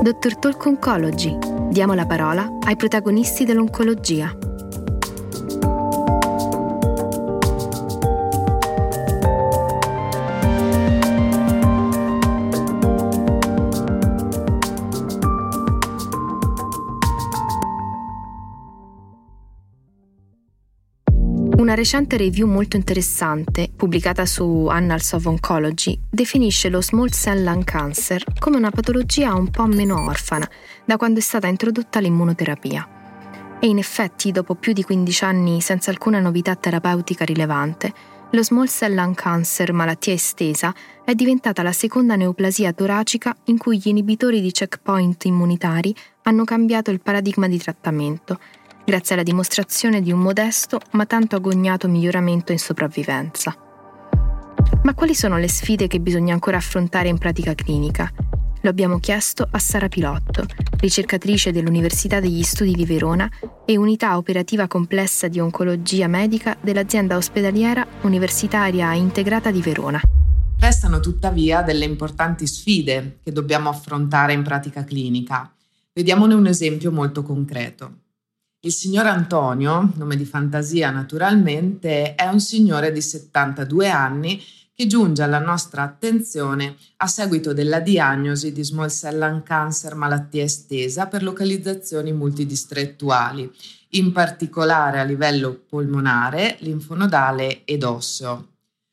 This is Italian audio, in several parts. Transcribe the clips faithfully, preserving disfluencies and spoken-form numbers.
Dottor Talk Oncology. Diamo la parola ai protagonisti dell'oncologia. Una recente review molto interessante, pubblicata su Annals of Oncology, definisce lo small cell lung cancer come una patologia un po' meno orfana da quando è stata introdotta l'immunoterapia. E in effetti, dopo più di quindici anni senza alcuna novità terapeutica rilevante, lo small cell lung cancer, malattia estesa, è diventata la seconda neoplasia toracica in cui gli inibitori di checkpoint immunitari hanno cambiato il paradigma di trattamento, grazie alla dimostrazione di un modesto ma tanto agognato miglioramento in sopravvivenza. Ma quali sono le sfide che bisogna ancora affrontare in pratica clinica? Lo abbiamo chiesto a Sara Pilotto, ricercatrice dell'Università degli Studi di Verona e unità operativa complessa di oncologia medica dell'azienda ospedaliera universitaria integrata di Verona. Restano tuttavia delle importanti sfide che dobbiamo affrontare in pratica clinica. Vediamone un esempio molto concreto. Il signor Antonio, nome di fantasia naturalmente, è un signore di settantadue anni che giunge alla nostra attenzione a seguito della diagnosi di small cell lung cancer malattia estesa per localizzazioni multidistrettuali, in particolare a livello polmonare, linfonodale ed osseo.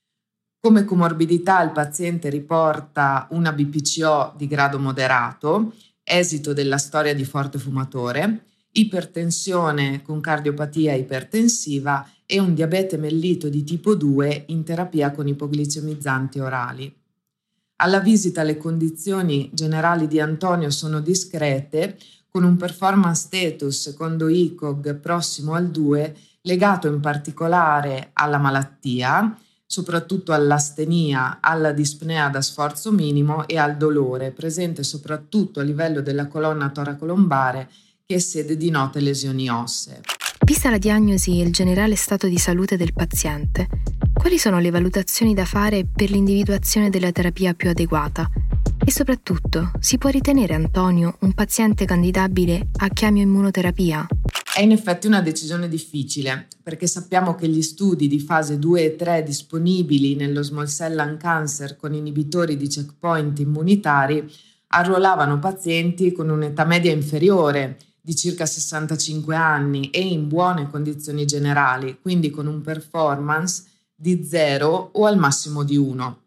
Come comorbidità il paziente riporta una B P C O di grado moderato, esito della storia di forte fumatore, ipertensione con cardiopatia ipertensiva e un diabete mellito di tipo due in terapia con ipoglicemizzanti orali. Alla visita le condizioni generali di Antonio sono discrete, con un performance status secondo I C O G prossimo al due, legato in particolare alla malattia, soprattutto all'astenia, alla dispnea da sforzo minimo e al dolore, presente soprattutto a livello della colonna toracolombare, che è sede di note lesioni ossee. Vista la diagnosi e il generale stato di salute del paziente, quali sono le valutazioni da fare per l'individuazione della terapia più adeguata? E soprattutto, si può ritenere Antonio un paziente candidabile a chemioimmunoterapia? È in effetti una decisione difficile, perché sappiamo che gli studi di fase due e tre disponibili nello small cell lung cancer con inibitori di checkpoint immunitari arruolavano pazienti con un'età media inferiore di circa sessantacinque anni e in buone condizioni generali, quindi con un performance di zero o al massimo di uno.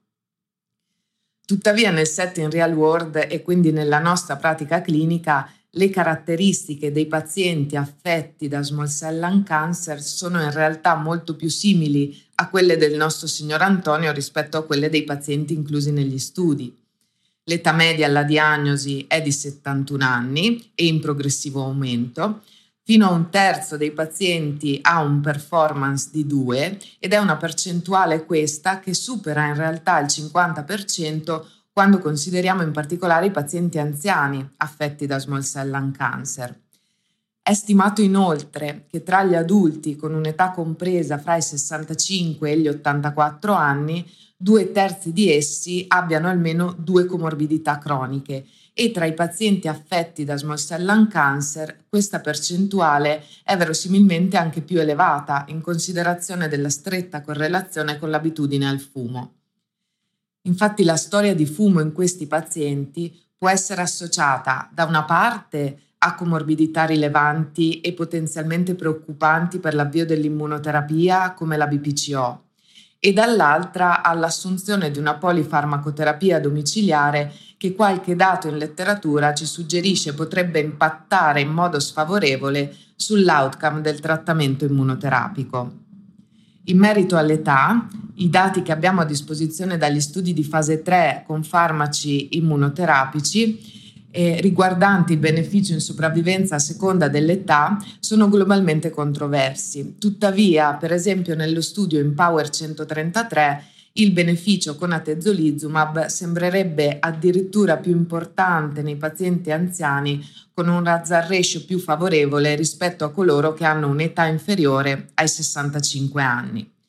Tuttavia nel setting real world e quindi nella nostra pratica clinica le caratteristiche dei pazienti affetti da small cell lung cancer sono in realtà molto più simili a quelle del nostro signor Antonio rispetto a quelle dei pazienti inclusi negli studi. L'età media alla diagnosi è di settantuno anni e in progressivo aumento. Fino a un terzo dei pazienti ha un performance di due ed è una percentuale questa che supera in realtà il cinquanta per cento quando consideriamo in particolare i pazienti anziani affetti da small cell lung cancer. È stimato inoltre che tra gli adulti con un'età compresa fra i sessantacinque e gli ottantaquattro anni, due terzi di essi abbiano almeno due comorbidità croniche e tra i pazienti affetti da small cell lung cancer questa percentuale è verosimilmente anche più elevata in considerazione della stretta correlazione con l'abitudine al fumo. Infatti la storia di fumo in questi pazienti può essere associata da una parte a comorbidità rilevanti e potenzialmente preoccupanti per l'avvio dell'immunoterapia come la B P C O e dall'altra all'assunzione di una polifarmacoterapia domiciliare che qualche dato in letteratura ci suggerisce potrebbe impattare in modo sfavorevole sull'outcome del trattamento immunoterapico. In merito all'età, i dati che abbiamo a disposizione dagli studi di fase tre con farmaci immunoterapici eh, riguardanti il beneficio in sopravvivenza a seconda dell'età sono globalmente controversi. Tuttavia, per esempio nello studio Empower centotrentatré, il beneficio con atezolizumab sembrerebbe addirittura più importante nei pazienti anziani con un hazard ratio più favorevole rispetto a coloro che hanno un'età inferiore ai sessantacinque anni.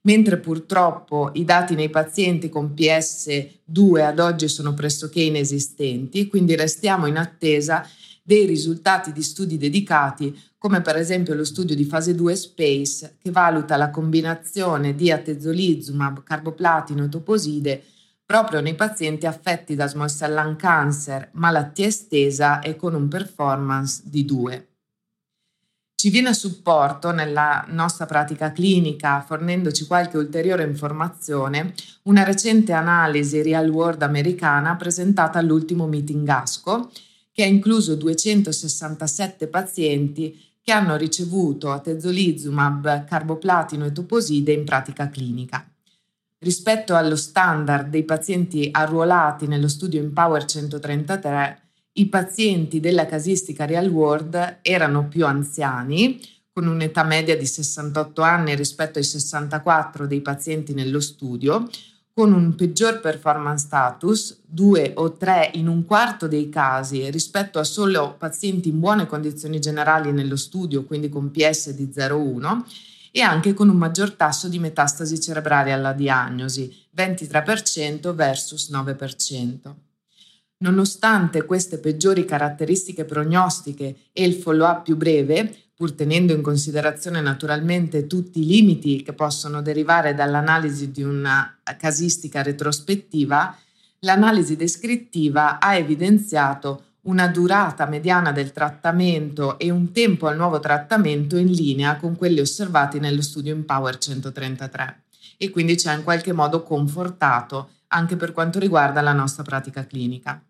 mentre purtroppo i dati nei pazienti con P S due ad oggi sono pressoché inesistenti, quindi restiamo in attesa dei risultati di studi dedicati, come per esempio lo studio di fase due SPACE, che valuta la combinazione di atezolizumab, carboplatino e toposide proprio nei pazienti affetti da small cell lung cancer, malattia estesa e con un performance di due. Ci viene a supporto nella nostra pratica clinica, fornendoci qualche ulteriore informazione, una recente analisi real world americana presentata all'ultimo meeting ASCO, che ha incluso duecentosessantasette pazienti che hanno ricevuto atezolizumab, carboplatino e toposide in pratica clinica. Rispetto allo standard dei pazienti arruolati nello studio Empower centotrentatré, i pazienti della casistica real world erano più anziani, con un'età media di sessantotto anni rispetto ai sessantaquattro dei pazienti nello studio, con un peggior performance status, due o tre in un quarto dei casi rispetto a solo pazienti in buone condizioni generali nello studio, quindi con P S di zero virgola uno, e anche con un maggior tasso di metastasi cerebrali alla diagnosi, ventitré per cento versus nove per cento. Nonostante queste peggiori caratteristiche prognostiche e il follow-up più breve, pur tenendo in considerazione naturalmente tutti i limiti che possono derivare dall'analisi di una casistica retrospettiva, l'analisi descrittiva ha evidenziato una durata mediana del trattamento e un tempo al nuovo trattamento in linea con quelli osservati nello studio Empower centotrentatré, e quindi ci ha in qualche modo confortato anche per quanto riguarda la nostra pratica clinica.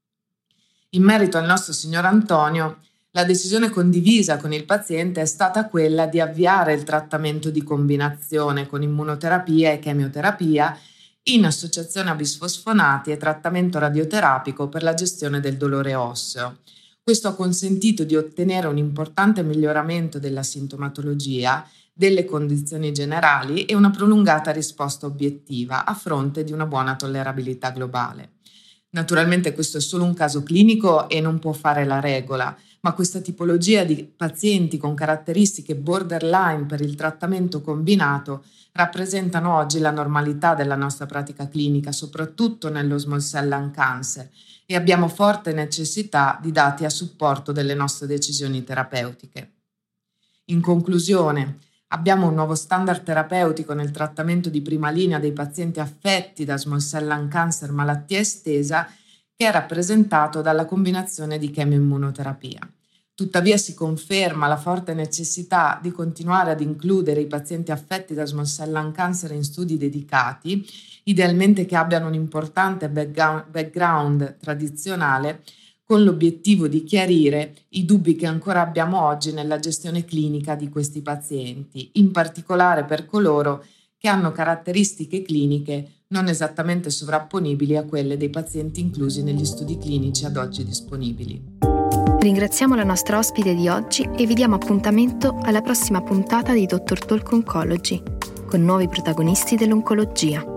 In merito al nostro signor Antonio, la decisione condivisa con il paziente è stata quella di avviare il trattamento di combinazione con immunoterapia e chemioterapia in associazione a bisfosfonati e trattamento radioterapico per la gestione del dolore osseo. Questo ha consentito di ottenere un importante miglioramento della sintomatologia, delle condizioni generali e una prolungata risposta obiettiva a fronte di una buona tollerabilità globale. Naturalmente questo è solo un caso clinico e non può fare la regola, ma questa tipologia di pazienti con caratteristiche borderline per il trattamento combinato rappresentano oggi la normalità della nostra pratica clinica, soprattutto nello small cell lung cancer, e abbiamo forte necessità di dati a supporto delle nostre decisioni terapeutiche. In conclusione, abbiamo un nuovo standard terapeutico nel trattamento di prima linea dei pazienti affetti da small cell lung cancer malattia estesa, che è rappresentato dalla combinazione di chemioimmunoterapia. Tuttavia si conferma la forte necessità di continuare ad includere i pazienti affetti da small cell lung cancer in studi dedicati, idealmente che abbiano un importante background tradizionale, con l'obiettivo di chiarire i dubbi che ancora abbiamo oggi nella gestione clinica di questi pazienti, in particolare per coloro che hanno caratteristiche cliniche non esattamente sovrapponibili a quelle dei pazienti inclusi negli studi clinici ad oggi disponibili. Ringraziamo la nostra ospite di oggi e vi diamo appuntamento alla prossima puntata di Doctor Talk Oncology, con nuovi protagonisti dell'oncologia.